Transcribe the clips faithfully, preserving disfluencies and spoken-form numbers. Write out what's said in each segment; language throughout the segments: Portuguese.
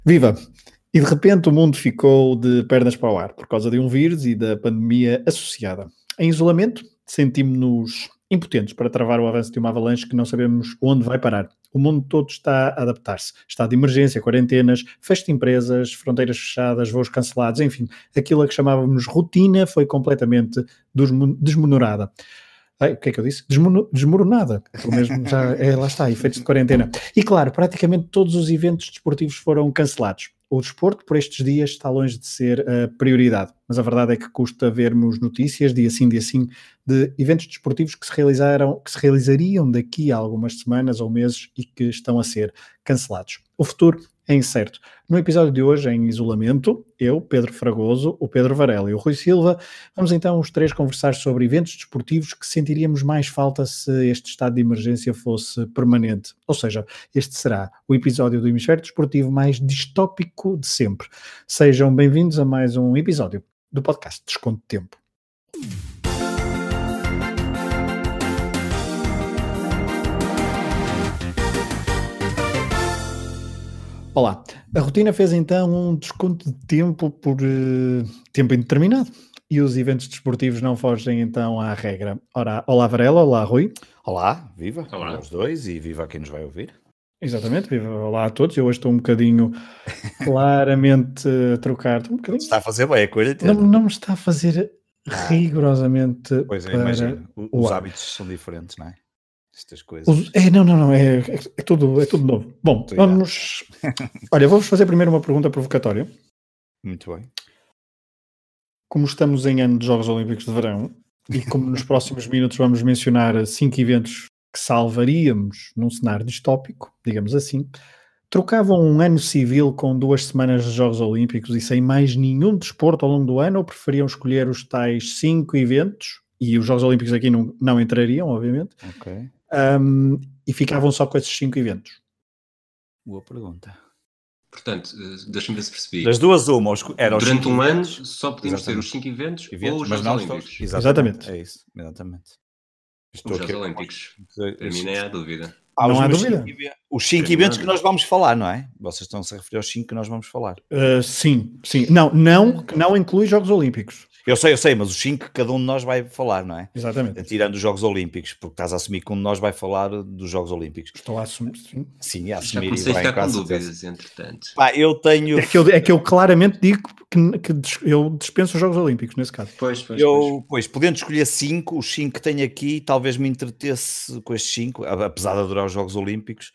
Viva! E de repente o mundo ficou de pernas para o ar por causa de um vírus e da pandemia associada. Em isolamento, sentimos-nos impotentes para travar o avanço de uma avalanche que não sabemos onde vai parar. O mundo todo está a adaptar-se. Estado de emergência, quarentenas, fecho de empresas, fronteiras fechadas, voos cancelados, enfim, aquilo a que chamávamos rotina foi completamente desmo- desmonorada. Ai, o que é que eu disse? Desmono- desmoronada. Pelo mesmo já, é, lá está, efeitos de quarentena. E claro, praticamente todos os eventos desportivos foram cancelados. O desporto, por estes dias, está longe de ser a prioridade, mas a verdade é que custa vermos notícias, dia sim, dia sim, de eventos desportivos que se realizaram, que se realizariam daqui a algumas semanas ou meses e que estão a ser cancelados. O futuro é incerto. No episódio de hoje, em isolamento, eu, Pedro Fragoso, o Pedro Varela e o Rui Silva, vamos então os três conversar sobre eventos desportivos que sentiríamos mais falta se este estado de emergência fosse permanente. Ou seja, este será o episódio do Hemisfério Desportivo mais distópico de sempre. Sejam bem-vindos a mais um episódio do podcast Desconto de Tempo. Olá, a rotina fez então um desconto de tempo por uh, tempo indeterminado e os eventos desportivos não fogem então à regra. Ora, olá Varela, olá Rui. Olá, viva, Olá. viva aos dois e viva a quem nos vai ouvir. Exatamente, viva, olá a todos. Eu hoje estou um bocadinho claramente a trocar. Estou um bocadinho... Está a fazer bem a quarentena. Não, não me está a fazer rigorosamente Pois é, para imagino. O- o Os ar. hábitos são diferentes, não é? Estas coisas. Os- É, não, não, não, é, é, é tudo, é tudo novo. Bom, Estou vamos. Olha, vou-vos fazer primeiro uma pergunta provocatória. Muito bem. Como estamos em ano de Jogos Olímpicos de Verão e como nos próximos minutos vamos mencionar cinco eventos que salvaríamos num cenário distópico, digamos assim, trocavam um ano civil com duas semanas de Jogos Olímpicos e sem mais nenhum desporto ao longo do ano, ou preferiam escolher os tais cinco eventos, e os Jogos Olímpicos aqui não, não entrariam, obviamente, Ok. um, e ficavam só com esses cinco eventos? Boa pergunta. Portanto, eh, deixa-me ver se percebi. Das duas, uma, os- eram os Durante cinco um ano eventos, só podíamos ter Exatamente. os cinco eventos, eventos, ou os mas Jogos não Olímpicos. todos. Exatamente. Exatamente. É isso, exatamente. Os Jogos Olímpicos. Para mim nem há dúvida. Ah, Não os há meus dúvida. cinco eventos- Os cinco Para mim eventos não há que nós vamos falar, não é? Vocês estão-se a referir aos cinco que nós vamos falar. Uh, sim, sim. Não, não, que não inclui Jogos Olímpicos. Eu sei, eu sei, mas os cinco que cada um de nós vai falar, não é? Exatamente. Tirando os Jogos Olímpicos, porque estás a assumir que um de nós vai falar dos Jogos Olímpicos. Estou a assumir, sim. Sim, a Já assumir comecei e a vai ficar com quase dúvidas, entretanto. Pá, eu tenho. É que eu, é que eu claramente digo que, que des- eu dispenso os Jogos Olímpicos, nesse caso. Pois, pois, pois. Eu, pois, podendo escolher cinco, os cinco que tenho aqui, talvez me entretesse com estes cinco, a- apesar de adorar os Jogos Olímpicos,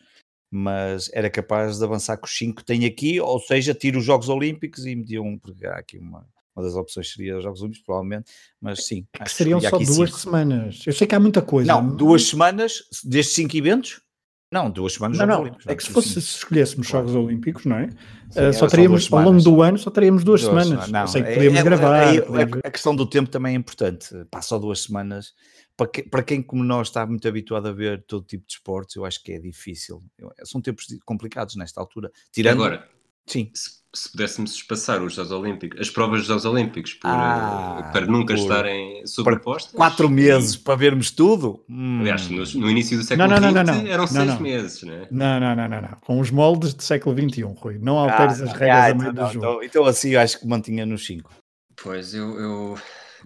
mas era capaz de avançar com os cinco que tenho aqui, ou seja, tiro os Jogos Olímpicos e meti um, porque há aqui uma, uma das opções seria os Jogos Olímpicos, provavelmente, mas sim. É que acho seriam escolhi só aqui duas cinco. semanas. Eu sei que há muita coisa. Não, duas semanas destes cinco eventos? Não, duas semanas Não, Jogos não. Olímpicos. É que se Sim. fosse, se escolhéssemos Claro. Jogos Olímpicos, não é? Sim, Uh, era só só teríamos, duas ao longo semanas. do ano, só teríamos duas, Duas semanas. Não, Eu sei que é- podíamos é- gravar. é- é- podíamos- a questão do tempo também é importante. Pá, só duas semanas. Para, que- para quem como nós está muito habituado a ver todo tipo de esportes, eu acho que é difícil. Eu- são tempos di- complicados nesta altura. Tirando... Agora, Sim. se, se pudéssemos espaçar os Jogos Olímpicos, as provas dos Jogos Olímpicos, por, Ah, eh, para nunca por- estarem sobrepostas. Quatro e- meses para vermos tudo? Hum. Aliás, no, no início do século Não, não, não, vinte não, não. eram Não, seis não. meses, não é? Não, não, não, não, não. Com os moldes do século vinte e um, Rui. Não alteres Ah, as não. regras Ah, a então, meio do não, jogo. então, então assim eu acho que mantinha nos cinco. Pois, eu... eu,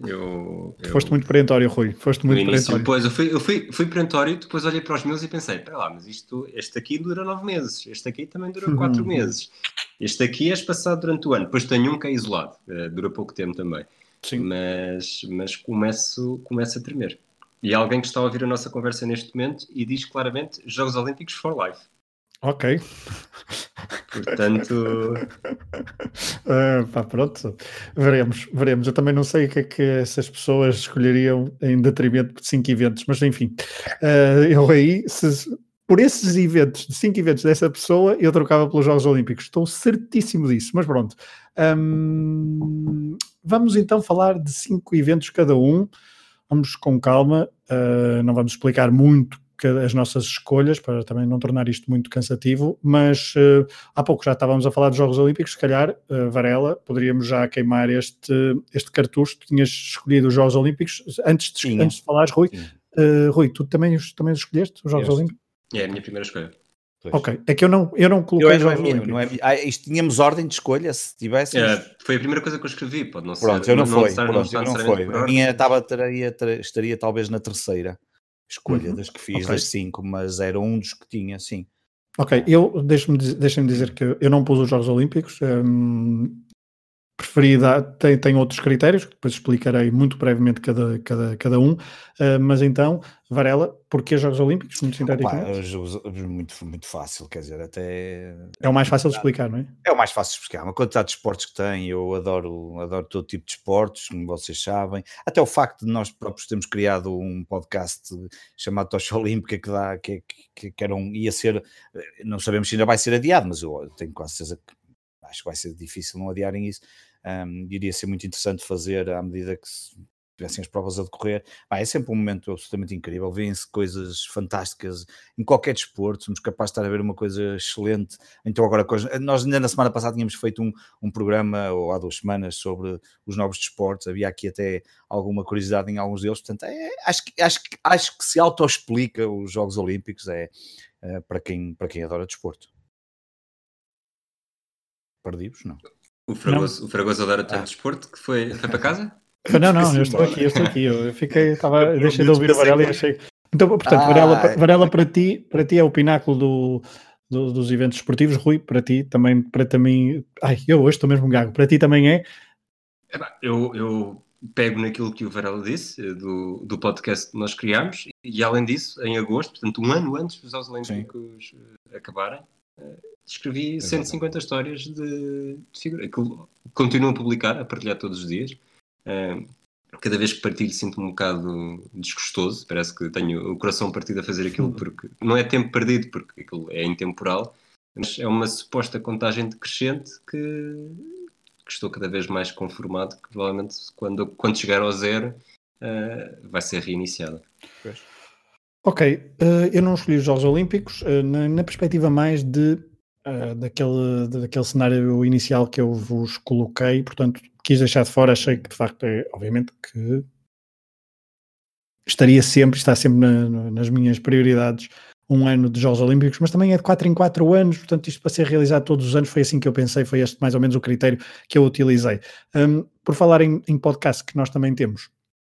eu, eu Foste muito perentório, Rui. Foste no muito início, perentório. depois eu fui, eu fui, fui perentório, depois olhei para os meus e pensei, espera lá, mas isto, este aqui dura nove meses, este aqui também dura quatro Uhum. meses, este aqui é espaçado durante o ano, depois tenho um que é isolado, eh, dura pouco tempo também, Sim. mas, mas começo, começo a tremer. E há alguém que está a ouvir a nossa conversa neste momento e diz claramente Jogos Olímpicos for life. Ok. Portanto, Ah, pá, pronto. Veremos, veremos. Eu também não sei o que é que essas pessoas escolheriam em detrimento de cinco eventos, mas enfim. Ah, eu aí, se- por esses eventos, de cinco eventos dessa pessoa, eu trocava pelos Jogos Olímpicos. Estou certíssimo disso, mas pronto. Ahm, vamos então falar de cinco eventos cada um. Vamos com calma, ah, não vamos explicar muito cada- as nossas escolhas, para também não tornar isto muito cansativo, mas ah, há pouco já estávamos a falar dos Jogos Olímpicos, se calhar, ah, Varela, poderíamos já queimar este, este cartucho. Tu tinhas escolhido os Jogos Olímpicos. Antes de, Tinha. antes de falares, Rui, Sim. ah, Rui, tu também, os- também os escolheste, os Jogos Este. Olímpicos? é a minha primeira escolha. Pois. Ok, é que eu não, eu não coloquei Eu, os não é Jogos minha, Olímpicos. não é minha. Ah, isto tínhamos ordem de escolha, se tivéssemos. É, foi a primeira coisa que eu escrevi, pode não Pronto, ser. eu não, não foi, estar- pronto, está eu não necessariamente foi. por A ordem, minha mas- estava, teria, teria- estaria talvez na terceira escolha Uhum, das que fiz, ok. das cinco, mas era um dos que tinha, sim. Ok, eu deixa-me dizer, deixa-me dizer que eu não pus os Jogos Olímpicos. hum, preferi dar, tem, tem outros critérios, que depois explicarei muito brevemente cada, cada, cada um. uh, mas então, Varela, porquê Jogos Olímpicos? Muito Opa, sinteticamente. os jogos- muito, muito fácil, quer dizer, até É o mais fácil de explicar, não é? é o mais fácil de explicar. Uma quantidade de esportes que tem, eu adoro, adoro todo tipo de esportes, como vocês sabem. Até o facto de nós próprios termos criado um podcast chamado Tocha Olímpica, que, dá, que, que, que era um, ia ser, não sabemos se ainda vai ser adiado, mas eu tenho quase certeza que acho que vai ser difícil não adiarem isso. Um, iria ser muito interessante fazer à medida que se tivessem as provas a decorrer. Ah, é sempre um momento absolutamente incrível, vêem-se coisas fantásticas em qualquer desporto, somos capazes de estar a ver uma coisa excelente. Então agora, nós ainda na semana passada tínhamos feito um, um programa, ou há duas semanas, sobre os novos desportos, havia aqui até alguma curiosidade em alguns deles, portanto é, acho, que, acho, que, acho que se auto-explica os Jogos Olímpicos, é, é para, quem, para quem adora desporto. Perdidos, não. O Fragoso, o Fragoso adora tanto Ah. desporto que foi, foi para casa? Não, não, eu estou aqui, eu estou aqui. Eu fiquei, estava, deixei de ouvir o Varela e achei. Então, portanto, Ah. Varela, Varela para ti, para ti é o pináculo do, do, dos eventos esportivos. Rui, para ti também, para também. Ai, eu hoje estou mesmo gago. Para ti também é? Eu, eu pego naquilo que o Varela disse, do, do podcast que nós criámos, e além disso, em agosto, portanto, um ano antes dos Jogos Olímpicos Sim. acabarem, escrevi Exatamente. cento e cinquenta histórias de, de figura. Continuo a publicar, a partilhar todos os dias. Uh, cada vez que partilho sinto-me um bocado desgostoso, parece que tenho o coração partido a fazer aquilo, porque não é tempo perdido, porque aquilo é intemporal, mas é uma suposta contagem decrescente que, que estou cada vez mais conformado que provavelmente quando, quando chegar ao zero uh, vai ser reiniciada. Pois. Ok, uh, eu não escolhi os Jogos Olímpicos uh, na, na perspectiva mais de Uh, daquele, daquele cenário inicial que eu vos coloquei, portanto quis deixar de fora, achei que de facto é, obviamente que estaria sempre, está sempre na, nas minhas prioridades um ano de Jogos Olímpicos, mas também é de quatro em quatro anos, portanto isto para ser realizado todos os anos, foi assim que eu pensei, foi este mais ou menos o critério que eu utilizei. Um, por falar em, em podcast que nós também temos,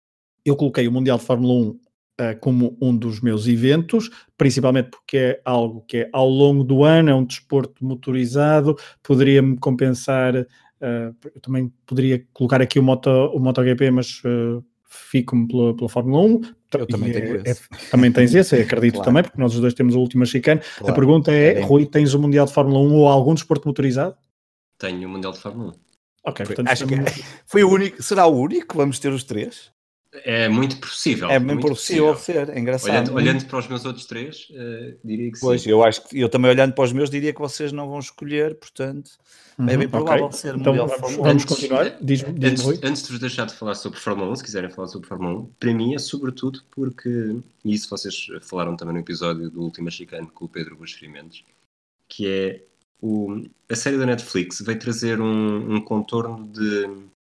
eu coloquei o Mundial de Fórmula um como um dos meus eventos, principalmente porque é algo que é ao longo do ano, é um desporto motorizado, poderia-me compensar, uh, eu também poderia colocar aqui o, Moto, o MotoGP, mas uh, fico-me pela, pela Fórmula um. Eu também tenho é, esse. É, também tens esse, acredito claro. Também, porque nós os dois temos a última chicane. Claro. A pergunta é, é Rui, tens o Mundial de Fórmula um ou algum desporto motorizado? Tenho o Mundial de Fórmula um. Ok, foi, portanto... Acho estamos... que foi o único, será o único? Vamos ter os três? É muito possível. É muito possível ser, é engraçado. Olhando, olhando para os meus outros três, uh, diria que pois, sim. Pois, eu acho que eu também olhando para os meus diria que vocês não vão escolher, portanto, uhum, é bem provável okay. ser então, Mundial vamos, Fórmula vamos continuar. Diz, diz antes, antes de vos deixar de falar sobre Fórmula um, se quiserem falar sobre Fórmula um, para mim é sobretudo porque, e isso vocês falaram também no episódio do Última Chicane com o Pedro Bush Frimentos, que é o, a série da Netflix veio trazer um, um contorno de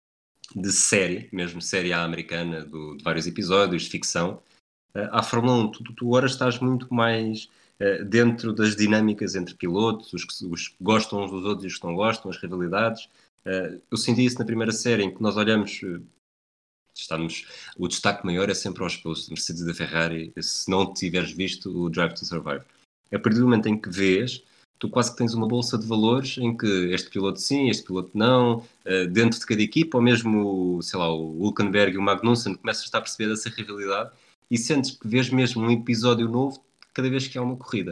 de série, mesmo série americana, do, de vários episódios, de ficção, uh, à Fórmula um. Tu, tu agora estás muito mais uh, dentro das dinâmicas entre pilotos, os que, os que gostam uns dos outros e os que não gostam, as rivalidades. Uh, eu senti isso na primeira série, em que nós olhamos, uh, estamos, o destaque maior é sempre aos pilotos da Mercedes e da Ferrari, se não tiveres visto o Drive to Survive. A partir do momento em que vês, tu quase que tens uma bolsa de valores em que este piloto sim, este piloto não, uh, dentro de cada equipa, ou mesmo, sei lá, o Hülkenberg e o Magnussen, começas a estar a perceber essa rivalidade e sentes que vês mesmo um episódio novo cada vez que há uma corrida.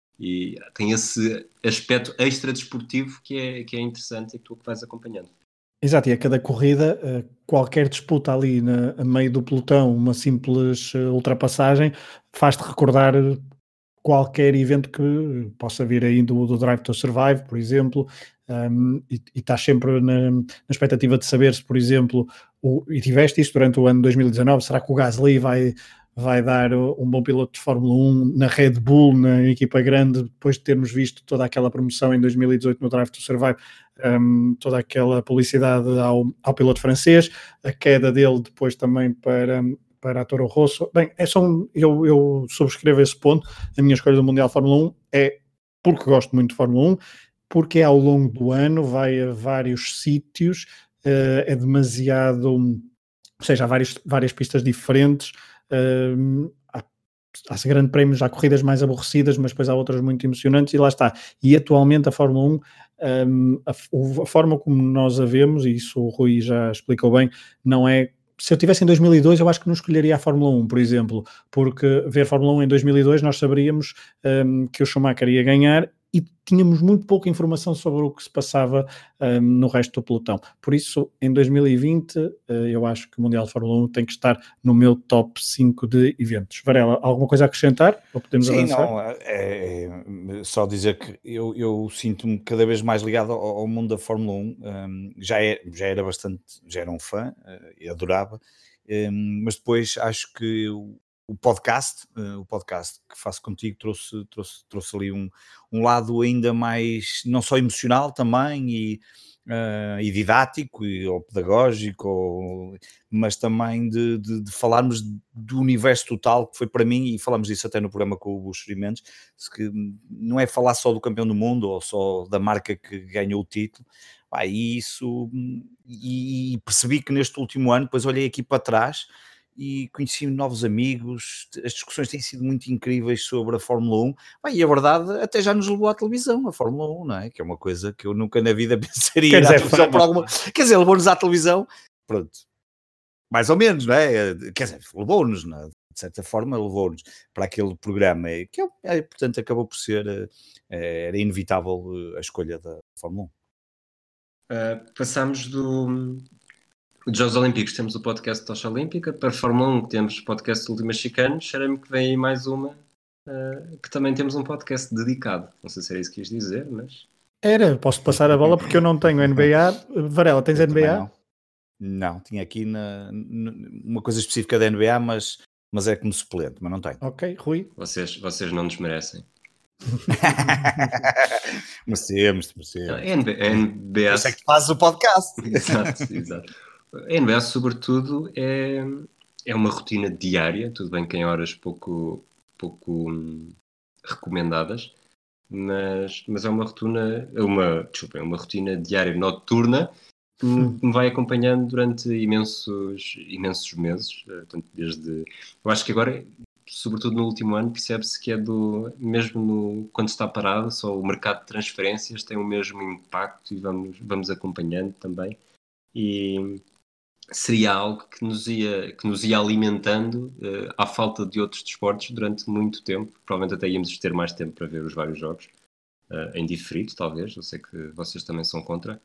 E tem esse aspecto extra desportivo que é, que é interessante e que tu vais acompanhando. Exato, e a cada corrida, qualquer disputa ali na, a meio do pelotão, uma simples ultrapassagem, faz-te recordar qualquer evento que possa vir aí do, do Drive to Survive, por exemplo, um, e, e estás sempre na, na expectativa de saber se, por exemplo, o, e tiveste isto durante o ano dois mil e dezanove, será que o Gasly vai, vai dar um bom piloto de Fórmula um na Red Bull, na equipa grande, depois de termos visto toda aquela promoção em dois mil e dezoito no Drive to Survive, um, toda aquela publicidade ao, ao piloto francês, a queda dele depois também para... para a Toro Rosso. Bem, é só um, eu, eu subscrevo esse ponto. A minha escolha do Mundial Fórmula um é porque gosto muito de Fórmula um, porque é ao longo do ano, vai a vários sítios, uh, é demasiado, ou seja, há várias, várias pistas diferentes, uh, há, há grandes prémios, há corridas mais aborrecidas, mas depois há outras muito emocionantes, e lá está. E atualmente a Fórmula um, um, a, a forma como nós a vemos, e isso o Rui já explicou bem, não é... Se eu tivesse em dois mil e dois, eu acho que não escolheria a Fórmula um, por exemplo, porque ver Fórmula um em dois mil e dois nós saberíamos um, que o Schumacher ia ganhar e tínhamos muito pouca informação sobre o que se passava um, no resto do pelotão. Por isso, em dois mil e vinte, uh, eu acho que o Mundial de Fórmula um tem que estar no meu top cinco de eventos. Varela, alguma coisa a acrescentar? Ou podemos Sim, avançar? não, é, é só dizer que eu, eu sinto-me cada vez mais ligado ao, ao mundo da Fórmula um. Um, já, é, já era bastante, já era um fã, uh, adorava, um, mas depois acho que o, o podcast, uh, o podcast que faço contigo trouxe, trouxe, trouxe ali um, um lado ainda mais, não só emocional também e, uh, e didático e, ou pedagógico, ou, mas também de, de, de falarmos do universo total que foi para mim, e falamos disso até no programa com o Buxo Mendes, que não é falar só do campeão do mundo ou só da marca que ganhou o título. Ah, e isso, e percebi que neste último ano, depois olhei aqui para trás e conheci novos amigos, as discussões têm sido muito incríveis sobre a Fórmula um, ah, e a verdade até já nos levou à televisão, a Fórmula um, não é? Que é uma coisa que eu nunca na vida pensaria ir à televisão por alguma... Quer dizer, levou-nos à televisão, pronto, mais ou menos, não é? Quer dizer, levou-nos, não é? De certa forma levou-nos para aquele programa, que é, portanto acabou por ser, era inevitável a escolha da Fórmula um. Uh, passamos do, dos Jogos Olímpicos, temos o podcast Tocha Olímpica, para a Fórmula um temos o podcast Última Chicane, cheira-me que vem aí mais uma, uh, que também temos um podcast dedicado, não sei se era isso que quis dizer, mas... Era, posso passar a bola porque eu não tenho N B A. Varela, tens eu N B A? Não. não, tinha aqui na, na, uma coisa específica da N B A, mas, mas é como suplente, mas não tenho. Ok, Rui. Vocês, vocês não desmerecem. merecemos, merecemos. A N B A... Eu sei que fazes o podcast. Exato, exato. A N B A, sobretudo, é, é uma rotina diária, tudo bem que em horas pouco, pouco hum, recomendadas, mas, mas é uma rotina, uma, desculpa, é uma rotina diária noturna que me vai acompanhando durante imensos, imensos meses, portanto, desde... Eu acho que agora... sobretudo no último ano, percebe-se que é do, mesmo no, quando está parado, só o mercado de transferências tem o mesmo impacto e vamos, vamos acompanhando também. E seria algo que nos ia, que nos ia alimentando uh, à falta de outros desportos durante muito tempo. Provavelmente até íamos ter mais tempo para ver os vários jogos, uh, em diferido, talvez. Eu sei que vocês também são contra.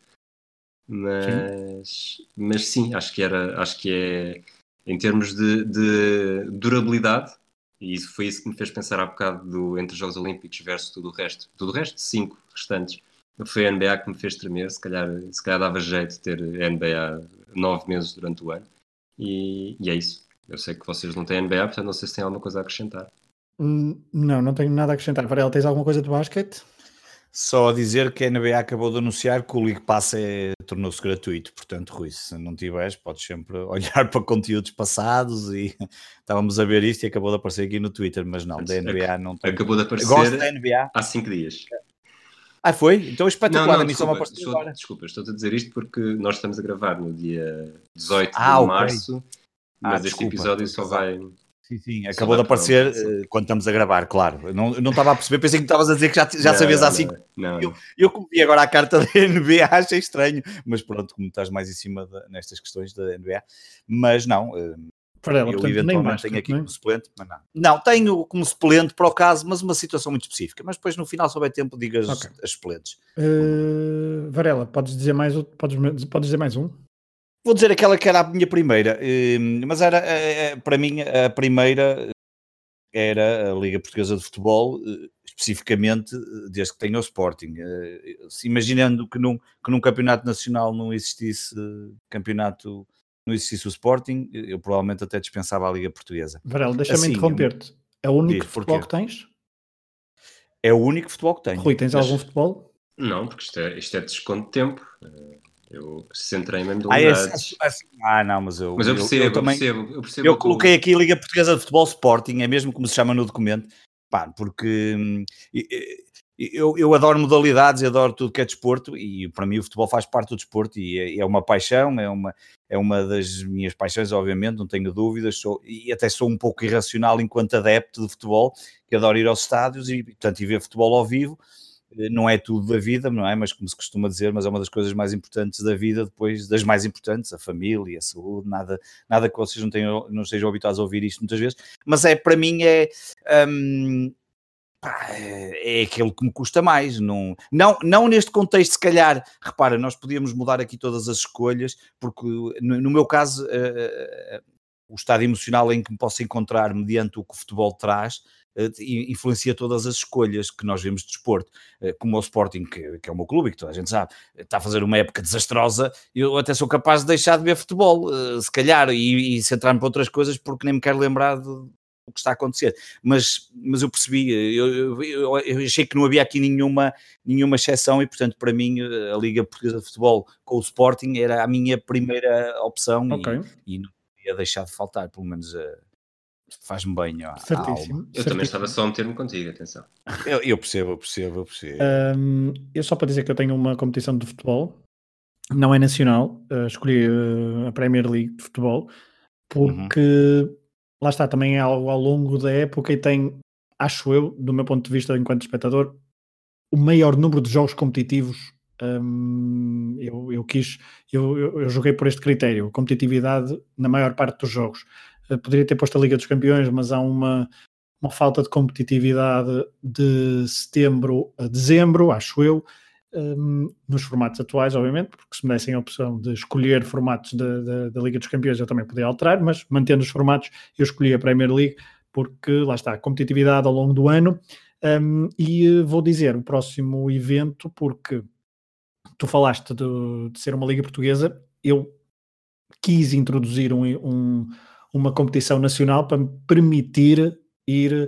Mas sim, mas sim acho que era, acho que é, em termos de, de durabilidade, e isso foi isso que me fez pensar há bocado do, entre os Jogos Olímpicos versus tudo o resto. Tudo o resto, cinco restantes. Foi a N B A que me fez tremer. Se calhar, se calhar dava jeito de ter a N B A nove meses durante o ano. E, e é isso. Eu sei que vocês não têm N B A, portanto não sei se têm alguma coisa a acrescentar. Não, não tenho nada a acrescentar. Varela, tens alguma coisa de basquete? Só a dizer que a N B A acabou de anunciar que o League Pass é, tornou-se gratuito, portanto, Rui, se não tiveres, podes sempre olhar para conteúdos passados e estávamos a ver isto e acabou de aparecer aqui no Twitter, mas não, da N B A não tem. Acabou de aparecer Gosto da N B A. Há cinco dias. Ah, foi? Então espetacular, não, não, a missão desculpa, apareceu estou, agora. Desculpa, estou-te a dizer isto porque nós estamos a gravar no dia dezoito ah, de okay. março, mas ah, este desculpa, episódio só vai... Sim, sim, acabou de aparecer uh, quando estamos a gravar, claro. Eu não, eu não estava a perceber, pensei que estavas a dizer que já, já não, sabias não, há cinco. Não, não, eu, eu como vi agora a carta da N B A, achei estranho, mas pronto, como estás mais em cima de, nestas questões da N B A, mas não, uh, Varela, eu portanto, eventualmente tenho aqui como suplente, mas não. Não, tenho como suplente para o caso, mas uma situação muito específica, mas depois no final, se houver tempo, digas okay. as suplentes. Uh, Varela, podes dizer, mais, podes, podes dizer mais um? Vou dizer aquela que era a minha primeira, mas era, para mim, a primeira era a Liga Portuguesa de Futebol, especificamente desde que tenho o Sporting. Imaginando que num, que num campeonato nacional não existisse campeonato, não existisse o Sporting, eu provavelmente até dispensava a Liga Portuguesa. Varela, deixa-me assim, interromper-te. É o único futebol que tens? É o único futebol que tenho. Rui, tens mas, algum futebol? Não, porque isto é, isto é desconto de tempo. Eu centrei-me em modalidades. Ah, é, ah, não, mas eu... Mas eu percebo, eu, eu também, eu percebo. Eu, percebo eu coloquei aqui Liga Portuguesa de Futebol Sporting, é mesmo como se chama no documento, pá, porque Eu, eu adoro modalidades, eu adoro tudo que é desporto e para mim o futebol faz parte do desporto e é, é uma paixão, é uma, é uma das minhas paixões, obviamente, não tenho dúvidas, sou, e até sou um pouco irracional enquanto adepto de futebol, que adoro ir aos estádios e, portanto, e ver futebol ao vivo. Não é tudo da vida, não é? Mas como se costuma dizer, mas é uma das coisas mais importantes da vida, depois das mais importantes, a família, a saúde, nada, nada que vocês não, tenham, não estejam habituados a ouvir isto muitas vezes, mas é, para mim, é... Hum, é aquele que me custa mais, não, não, não neste contexto, se calhar, repara, nós podíamos mudar aqui todas as escolhas, porque no, no meu caso, uh, uh, o estado emocional em que me posso encontrar mediante o que o futebol traz, uh, influencia todas as escolhas que nós vemos de desporto, uh, como o Sporting, que, que é o meu clube e que toda a gente sabe, está a fazer uma época desastrosa, eu até sou capaz de deixar de ver futebol, uh, se calhar, e, e centrar-me para outras coisas, porque nem me quero lembrar de o que está a acontecer, mas, mas eu percebi, eu, eu, eu achei que não havia aqui nenhuma, nenhuma exceção e, portanto, para mim, a Liga Portuguesa de Futebol com o Sporting era a minha primeira opção okay. e, e não ia deixar de faltar, pelo menos uh, faz-me bem à, à alma. Eu certíssimo. também estava só a meter-me contigo, atenção. Eu, eu percebo, eu percebo, eu percebo. Um, eu só para dizer que eu tenho uma competição de futebol, não é nacional, uh, escolhi uh, a Premier League de futebol, porque... Uhum. Lá está, também é algo ao longo da época e tem, acho eu, do meu ponto de vista enquanto espectador, o maior número de jogos competitivos. Hum, eu, eu quis, eu, eu, eu joguei por este critério, competitividade na maior parte dos jogos. Uh, poderia ter posto a Liga dos Campeões, mas há uma, uma falta de competitividade de setembro a dezembro, acho eu, um, nos formatos atuais, obviamente, porque se me dessem a opção de escolher formatos da Liga dos Campeões, eu também podia alterar, mas mantendo os formatos, eu escolhi a Premier League, porque lá está, competitividade ao longo do ano, um, e vou dizer o próximo evento, porque tu falaste de, de ser uma Liga Portuguesa, eu quis introduzir um, um, uma competição nacional para me permitir ir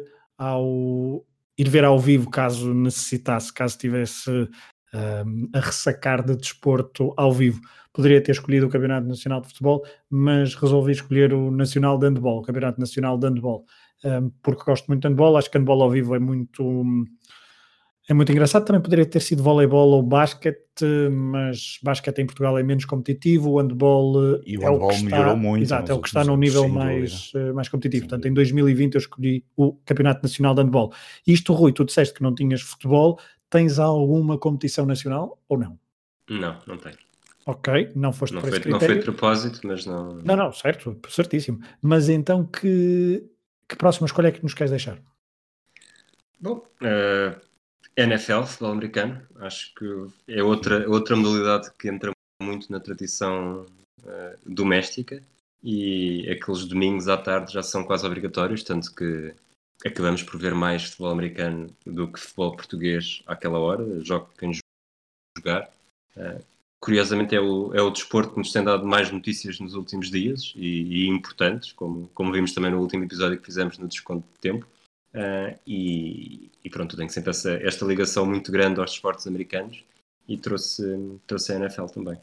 ao ir ver ao vivo, caso necessitasse, caso tivesse Um, a ressacar de desporto ao vivo. Poderia ter escolhido o Campeonato Nacional de Futebol, mas resolvi escolher o Nacional de Handball, o Campeonato Nacional de Handball, um, porque gosto muito de handball, acho que handball ao vivo é muito é muito engraçado. Também poderia ter sido voleibol ou basquete, mas basquete em Portugal é menos competitivo, o handball e o é handball o que melhorou está, muito, exato, é o que está num nível mais, mais competitivo. Sem Portanto, dúvida. Em dois mil e vinte eu escolhi o Campeonato Nacional de Handball. Isto, Rui, tu disseste que não tinhas futebol. Tens alguma competição nacional ou não? Não, não tenho. Ok, não foste não por foi, esse critério. Não foi de propósito, mas não... Não, não, certo, certíssimo. Mas então que, que próxima escolha é que nos queres deixar? Bom, uh, N F L, futebol americano, acho que é outra, outra modalidade que entra muito na tradição uh, doméstica e aqueles domingos à tarde já são quase obrigatórios, tanto que acabamos por ver mais futebol americano do que futebol português àquela hora, jogo quem jogar. Uh, curiosamente é o, é o desporto que nos tem dado mais notícias nos últimos dias e, e importantes, como, como vimos também no último episódio que fizemos no Desconto de Tempo. Uh, e, e pronto, tenho sempre essa, esta ligação muito grande aos desportos americanos e trouxe, trouxe a N F L também.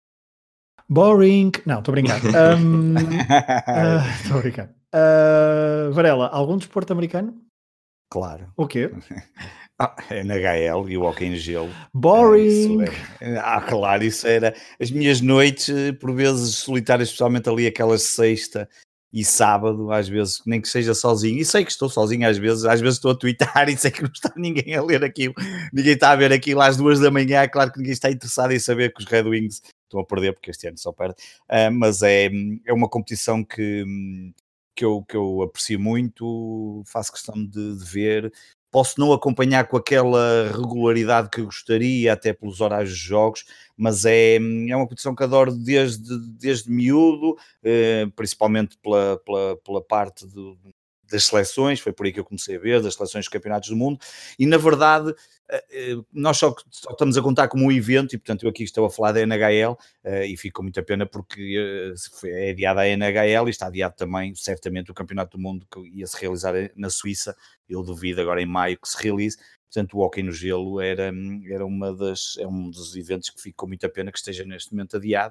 Boring! Não, estou a brincar. Estou um, uh, a brincar. Uh, Varela, algum desporto americano? Claro. O quê? Ah, N H L e o hockey em gelo. Boring! É, ah, claro, isso era as minhas noites, por vezes solitárias, especialmente ali aquelas sexta e sábado, às vezes, nem que seja sozinho, e sei que estou sozinho às vezes, às vezes estou a twittar e sei que não está ninguém a ler aquilo, ninguém está a ver aquilo às duas da manhã, é claro que ninguém está interessado em saber que os Red Wings estão a perder, porque este ano só perde, uh, mas é, é uma competição que, que, eu, que eu aprecio muito, faço questão de, de ver. Posso não acompanhar com aquela regularidade que eu gostaria, até pelos horários de jogos, mas é, é uma competição que adoro desde, desde miúdo, eh, principalmente pela, pela, pela parte do, das seleções, foi por aí que eu comecei a ver, das seleções dos campeonatos do mundo, e na verdade nós só, só estamos a contar como um evento, e portanto eu aqui estou a falar da N H L, e fico com muita pena porque é adiada a N H L e está adiado também certamente o campeonato do mundo que ia se realizar na Suíça, eu duvido agora em maio que se realize. Portanto, o hóquei no gelo era, era uma das, é um dos eventos que fico com muita pena que esteja neste momento adiado,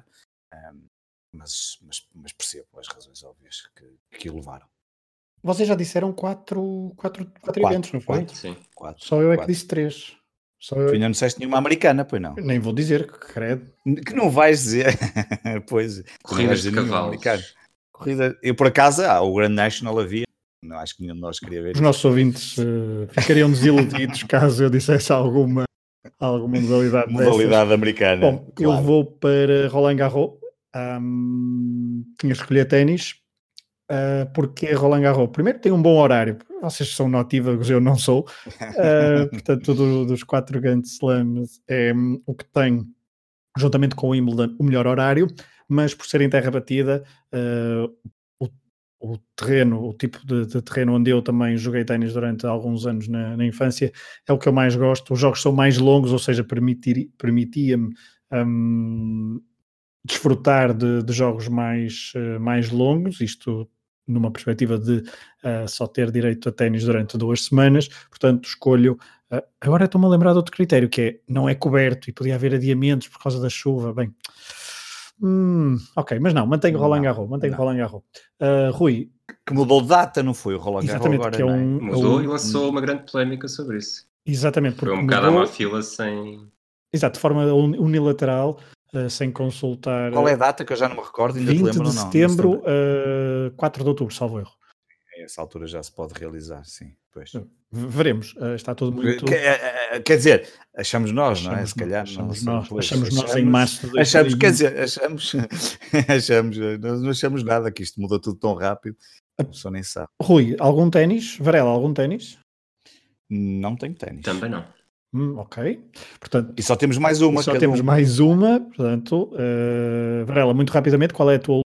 mas, mas, mas percebo as razões óbvias que, que o levaram. Vocês já disseram quatro, quatro, quatro, quatro eventos, não foi? Quatro, sim. Quatro, Só eu é quatro. que disse três. Só... Tu ainda não disseste nenhuma americana, pois não? Nem vou dizer, que credo. Que não vais dizer. Pois, Corridas de cavalos. Corrida... Eu, por acaso, ah, o Grand National havia. Não, acho que nenhum de nós queria ver Os isso. nossos ouvintes uh, ficariam desiludidos caso eu dissesse alguma, alguma modalidade Modalidade dessas. americana. Bom, claro. eu vou para Roland Garros. Um, tinha que escolher ténis. Uh, porque Roland Garros, primeiro, tem um bom horário. Vocês são notívagos, eu não sou. Uh, portanto, do, dos quatro Grand Slams é um, o que tem, juntamente com o Wimbledon, o melhor horário. Mas por ser em terra batida, uh, o, o terreno, o tipo de, de terreno onde eu também joguei ténis durante alguns anos na, na infância, é o que eu mais gosto. Os jogos são mais longos, ou seja, permitir, permitia-me um, desfrutar de, de jogos mais, uh, mais longos, isto numa perspectiva de uh, só ter direito a ténis durante duas semanas. Portanto, escolho... Uh, agora estou-me a lembrar de outro critério, que é, não é coberto e podia haver adiamentos por causa da chuva. Bem... Hum, ok, mas não, mantenho o Roland Garros, mantenho o Roland Garros. Uh, Rui... Que mudou de data, não foi o Roland Garros Exatamente, agora, que é um, é? Mudou um, e lançou uma grande polémica sobre isso. Exatamente. Foi um bocado mudou, à má fila sem... Exato, de forma unilateral, uh, sem consultar... Qual é a data que eu já não me recordo? Ainda vinte te lembro, de não? setembro, uh, quatro de outubro, salvo erro. A essa altura já se pode realizar, sim. Pois. Veremos, uh, está tudo muito... Quer, quer dizer, achamos nós, achamos não é? Se calhar achamos não, nós, pois, achamos achamos nós em março de achamos, quer dizer, achamos, achamos, nós não achamos nada, que isto muda tudo tão rápido, a pessoa nem sabe. Rui, algum ténis? Varela, algum ténis? Não tenho ténis. Também não. Hum, ok. Portanto, e só temos mais uma. Só temos um. mais uma, portanto, uh, Varela, muito rapidamente, qual é a tua?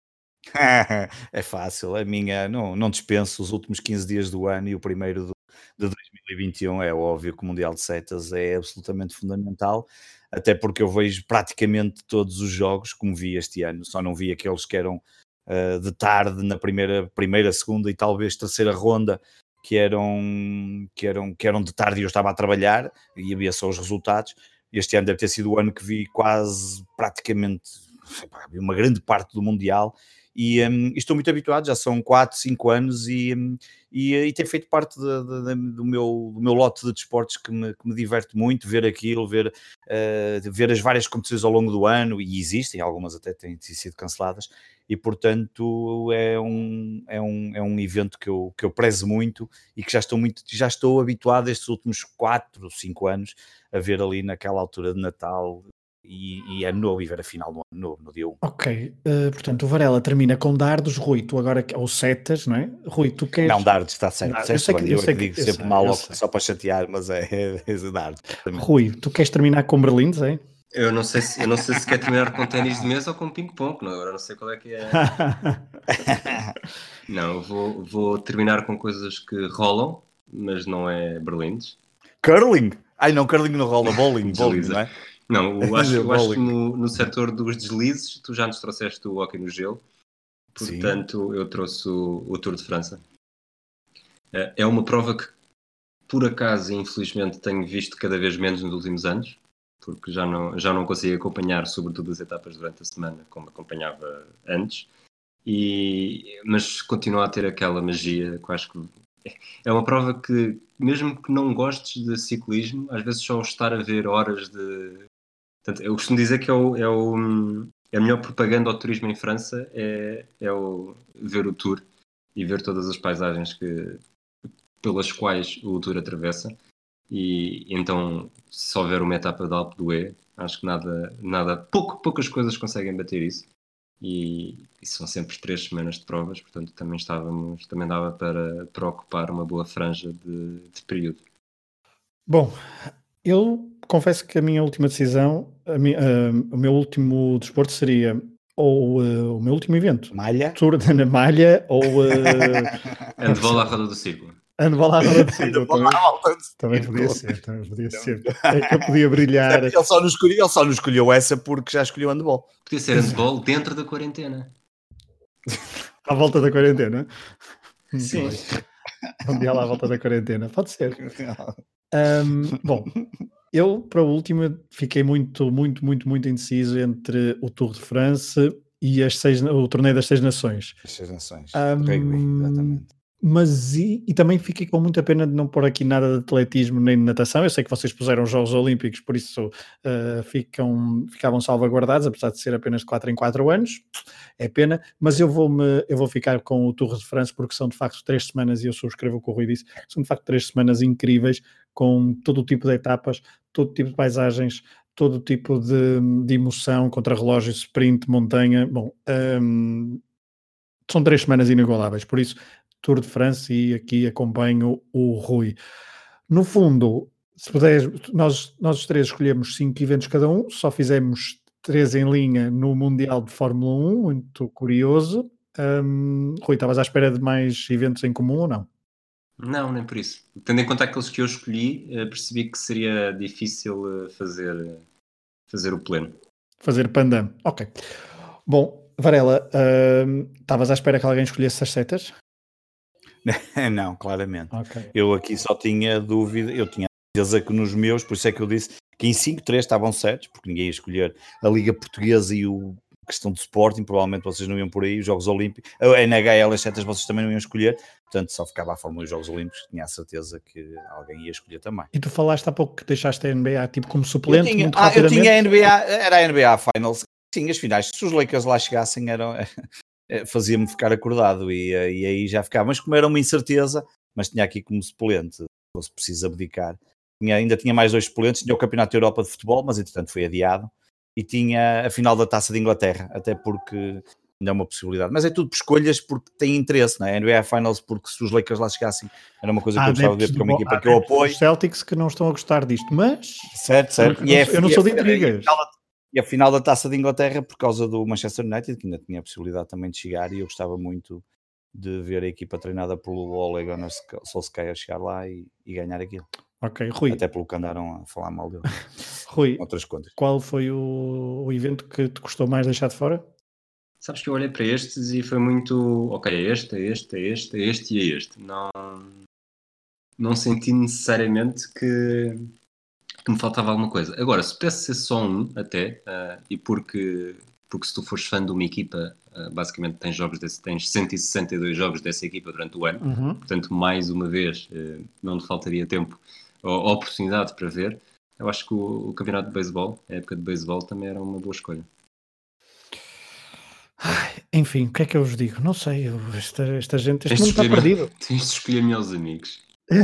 É fácil, a minha, não, não dispenso os últimos quinze dias do ano e o primeiro do, de dois mil e vinte e um, é óbvio que o Mundial de Setas é absolutamente fundamental, até porque eu vejo praticamente todos os jogos, como vi este ano, só não vi aqueles que eram uh, de tarde na primeira, primeira, segunda e talvez terceira ronda, que eram, que, eram, que eram de tarde e eu estava a trabalhar e havia só os resultados. Este ano deve ter sido o ano que vi quase praticamente uma grande parte do Mundial. E, um, e estou muito habituado, já são quatro, cinco anos e, um, e, e tem feito parte de, de, de, do, meu, do meu lote de desportos que me, que me diverte muito, ver aquilo, ver, uh, ver as várias competições ao longo do ano, e existem, algumas até têm sido canceladas, e portanto é um, é um, é um evento que eu, que eu prezo muito e que já estou, muito, já estou habituado estes últimos quatro, cinco anos a ver ali naquela altura de Natal. E, e é novo, e ver a final no ano novo, no dia um. Ok, uh, portanto o Varela termina com dardos, Rui, tu agora, ou setas, não é? Rui, tu queres... Não, dardos, está certo, dardos. eu, sei bem, que, eu, eu sei é que que digo eu sempre sei, mal só para chatear, mas é, é, é dardos. Rui, tu queres terminar com berlindes, é? Eu não sei se, eu não sei se quer terminar com ténis de mesa ou com ping-pong, não, agora não sei qual é que é. Não, vou, vou terminar com coisas que rolam, mas não é berlindes. Curling? Ai não, curling não rola, bowling, bowling, não é? Não, eu acho, eu acho que no, no setor dos deslizes, tu já nos trouxeste o hóquei no gelo, portanto Sim. eu trouxe o, o Tour de França. É uma prova que, por acaso, infelizmente, tenho visto cada vez menos nos últimos anos, porque já não, já não consigo acompanhar, sobretudo, as etapas durante a semana, como acompanhava antes, e, mas continua a ter aquela magia que eu acho que é uma prova que, mesmo que não gostes de ciclismo, às vezes só estar a ver horas de... Portanto, eu costumo dizer que é, o, é, o, é a melhor propaganda ao turismo em França, é, é o, ver o Tour e ver todas as paisagens que, pelas quais o Tour atravessa. E então, se houver uma etapa de Alpe d'Huez, acho que nada, nada pouco, poucas coisas conseguem bater isso. E, e são sempre três semanas de provas, portanto também estávamos, também dava para, para ocupar uma boa franja de, de período. Bom, eu confesso que a minha última decisão, a minha, uh, o meu último desporto seria ou uh, o meu último evento, malha, Tour da Malha, ou uh, handball à roda do círculo. Handball à roda do círculo. Também, também podia ser, também podia ser. É que eu podia brilhar. Ele só, nos escolheu, ele só nos escolheu essa porque já escolheu handball. Podia ser handball dentro da quarentena. À volta da quarentena? Sim. Mundial à volta da quarentena, pode ser. Um, bom, eu para a última fiquei muito, muito, muito, muito indeciso entre o Tour de France e as seis, o torneio das Seis Nações. As Seis Nações, um, rugby, exatamente. mas e, e também fiquei com muita pena de não pôr aqui nada de atletismo nem de natação. Eu sei que vocês puseram os Jogos Olímpicos, por isso uh, ficam, ficavam salvaguardados, apesar de ser apenas de quatro em quatro anos. É pena, mas eu vou, -me, eu vou ficar com o Tour de France, porque são de facto três semanas, e eu subscrevo o que o Rui disse, são de facto três semanas incríveis, com todo o tipo de etapas, todo o tipo de paisagens, todo o tipo de, de emoção, contra-relógio, sprint, montanha. Bom, um, são três semanas inigualáveis, por isso Tour de France, e aqui acompanho o Rui. No fundo, se puderes, nós, nós os três escolhemos cinco eventos cada um, só fizemos três em linha no Mundial de Fórmula um, muito curioso. Um, Rui, estavas à espera de mais eventos em comum ou não? Não, nem por isso. Tendo em conta aqueles que eu escolhi, percebi que seria difícil fazer, fazer o pleno. Fazer pandam, ok. Bom, Varela, estavas uh, à espera que alguém escolhesse as setas? Não, claramente. Okay. Eu aqui só tinha dúvida, eu tinha certeza que nos meus, por isso é que eu disse que em cinco, três estavam certos, porque ninguém ia escolher a Liga Portuguesa e o a questão de Sporting, provavelmente vocês não iam por aí, os Jogos Olímpicos, a N H L, as setas vocês também não iam escolher, portanto só ficava a Fórmula e os Jogos Olímpicos, tinha a certeza que alguém ia escolher também. E tu falaste há pouco que deixaste a N B A tipo como suplente, eu tinha, muito ah, rapidamente. Eu tinha a N B A, era a N B A Finals, sim, as finais, se os Lakers lá chegassem, eram, fazia-me ficar acordado e, e aí já ficava, mas como era uma incerteza, mas tinha aqui como suplente, se fosse preciso abdicar, tinha, ainda tinha mais dois suplentes, tinha o Campeonato da Europa de Futebol, mas entretanto foi adiado, e tinha a final da Taça de Inglaterra, até porque ainda é uma possibilidade. Mas é tudo por escolhas, porque tem interesse, não é? A N B A Finals, porque se os Lakers lá chegassem, era uma coisa que há eu gostava de ver, porque é uma equipa que eu apoio. Os Celtics que não estão a gostar disto, mas... Certo, certo. Eu, e é, eu não e sou é, de intrigas. E a final da Taça de Inglaterra, por causa do Manchester United, que ainda tinha a possibilidade também de chegar, e eu gostava muito de ver a equipa treinada pelo Ole Gunnar Solskjaer chegar lá e, e ganhar aquilo. Ok, Rui. Até pelo que andaram a falar mal dele. Rui, outras contas. Qual foi o, o evento que te custou mais deixar de fora? Sabes que eu olhei para estes e foi muito... Ok, é este, é este, é este, é este e é este. Não, não senti necessariamente que, que me faltava alguma coisa. Agora, se pudesse ser só um até, uh, e porque... porque se tu fores fã de uma equipa, uh, basicamente tens, jogos desse, tens cento e sessenta e dois jogos dessa equipa durante o ano, uhum. Portanto, mais uma vez, uh, não te faltaria tempo ou oportunidade para ver. Eu acho que o, o campeonato de beisebol, a época de beisebol, também era uma boa escolha. Ai, enfim, o que é que eu vos digo? Não sei, eu, esta, esta gente, este tens mundo está perdido. Tens de escolher melhores amigos.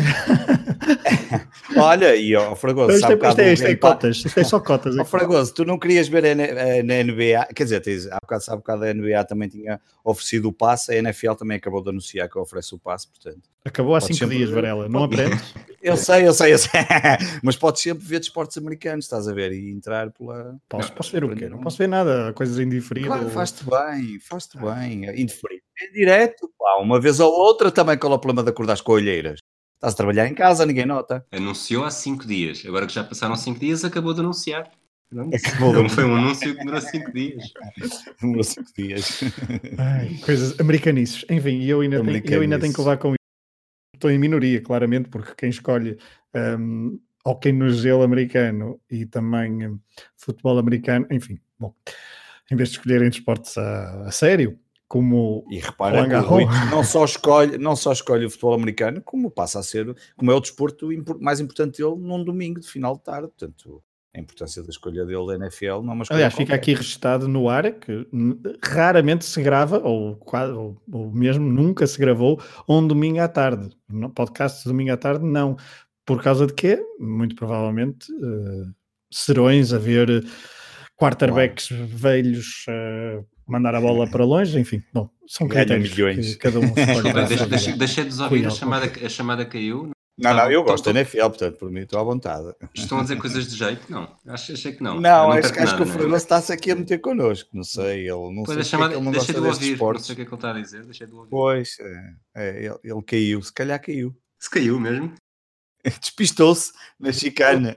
Olha, e ó, Fragoso, isto, sabe é, isto, é, isto é Game cotas, isto é só cotas. Ó, Fragoso, tu não querias ver a N B A, quer dizer, tens, há bocado, há bocado a N B A também tinha oferecido o passe, a N F L também acabou de anunciar que oferece o passe, portanto. Acabou há cinco dias, Varela, não aprendes? Eu sei, eu sei, eu sei, mas podes sempre ver desportos americanos, estás a ver, e entrar pela... Posso, posso ver o quê? Não posso ver nada, coisas indiferidas. Claro, faz-te bem, faz-te bem, indiferido. É direto, pá, uma vez ou outra também qual é o problema de acordar com olheiras? Estás a trabalhar em casa, ninguém nota. Anunciou há cinco dias. Agora que já passaram cinco dias, acabou de anunciar. Não, acabou não foi um anúncio que demorou cinco dias. Demorou cinco dias. Ai, coisas americanices. Enfim, eu ainda, tenho, eu ainda tenho que levar com isso. Estou em minoria, claramente, porque quem escolhe um, hóquei no gelo americano e também um, futebol americano, enfim, bom, em vez de escolherem desportos a, a sério, como e repara que o Rui não só escolhe não só escolhe o futebol americano, como passa a ser, como é o desporto mais importante dele num domingo de final de tarde, portanto a importância da escolha dele da N F L não é uma escolha. Aliás, fica aqui registado no ar que raramente se grava, ou, ou, ou mesmo nunca se gravou, um domingo à tarde. No podcast de domingo à tarde, não. Por causa de quê? Muito provavelmente uh, serões a ver quarterbacks claro. velhos uh, mandar a bola para longe, enfim, bom, são critérios que cada um escolhe. deixa, deixa, deixa de ouvir, a chamada, a chamada caiu. Não, não, eu gosto da N F L, portanto, por mim estou à vontade. Estão a dizer coisas de jeito? Não, acho, achei que não. Não, não acho, acho que o Fragoso está-se aqui a meter connosco, não sei, ele não pois sei chamada, que ele não deixa gosta de ouvir, esportes. Não sei o que é que ele está a dizer, deixa de ouvir. Pois, é, é, ele, ele caiu, se calhar caiu. Se caiu mesmo? Despistou-se na chicane.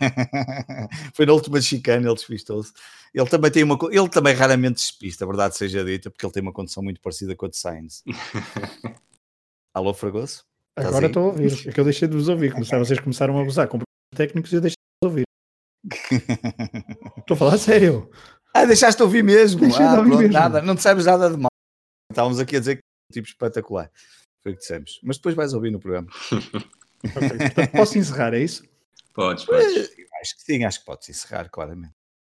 Foi na última chicane, ele despistou-se. Ele também tem uma ele também raramente despista, a verdade seja dita, porque ele tem uma condição muito parecida com a de Sainz. Alô, Fragoso? Agora estou a ouvir, é que eu deixei de vos ouvir. Começaram, vocês começaram a abusar com técnicos e eu deixei de vos ouvir. Estou a falar sério. Ah, deixaste de ouvir mesmo. Deixei ah, de ouvir pronto, mesmo. Nada, não te sabes nada de mal. Estávamos aqui a dizer que é um tipo espetacular. Foi o que dissemos. Mas depois vais ouvir no programa. Okay, portanto, posso encerrar, é isso? Podes, podes. Acho que sim, acho que podes encerrar, claramente.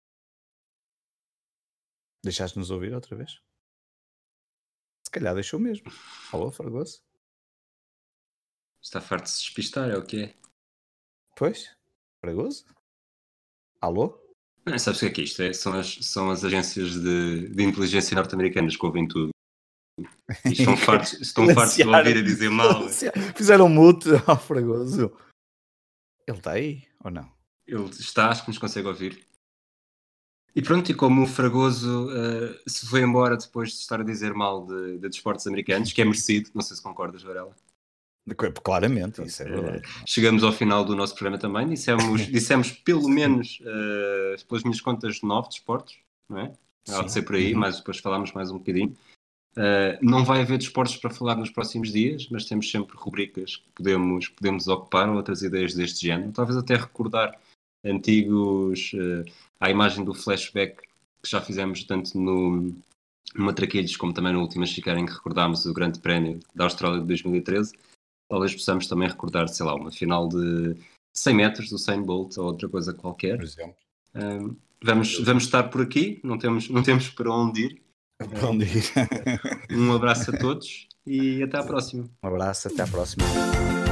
Deixaste-nos ouvir outra vez? Se calhar deixou mesmo. Alô, Fragoso? Está farto de se despistar, é o que é? Pois? Fragoso? Alô? Não, sabes o que é que isto é? São as, são as agências de, de inteligência norte-americanas que ouvem tudo. E estão fartos, estão fartos de ouvir a dizer mal. Fizeram mute ao Fragoso. Ele está aí ou não? Ele está, acho que nos consegue ouvir. E pronto, e como o Fragoso uh, se foi embora depois de estar a dizer mal de, de desportos americanos, que é merecido, não sei se concordas, Varela. Claramente, isso é verdade. Uh, chegamos ao final do nosso programa também, dissemos, dissemos pelo menos, uh, pelas minhas contas, nove desportos, não é? Há de ser por aí, uhum. Mas depois falámos mais um bocadinho. Uh, não vai haver desportos para falar nos próximos dias, mas temos sempre rubricas que podemos, podemos ocupar, outras ideias deste género. Talvez até recordar antigos, uh, à imagem do flashback que já fizemos tanto no, no Matraquilhos como também no Última Chicana, em que recordámos o Grande Prémio da Austrália de dois mil e treze. Talvez possamos também recordar, sei lá, uma final de cem metros do Usain Bolt ou outra coisa qualquer. Por exemplo. Um, vamos, vamos estar por aqui, não temos, não temos para onde ir. Para onde ir. Um abraço a todos e até à próxima. Um abraço, até à próxima.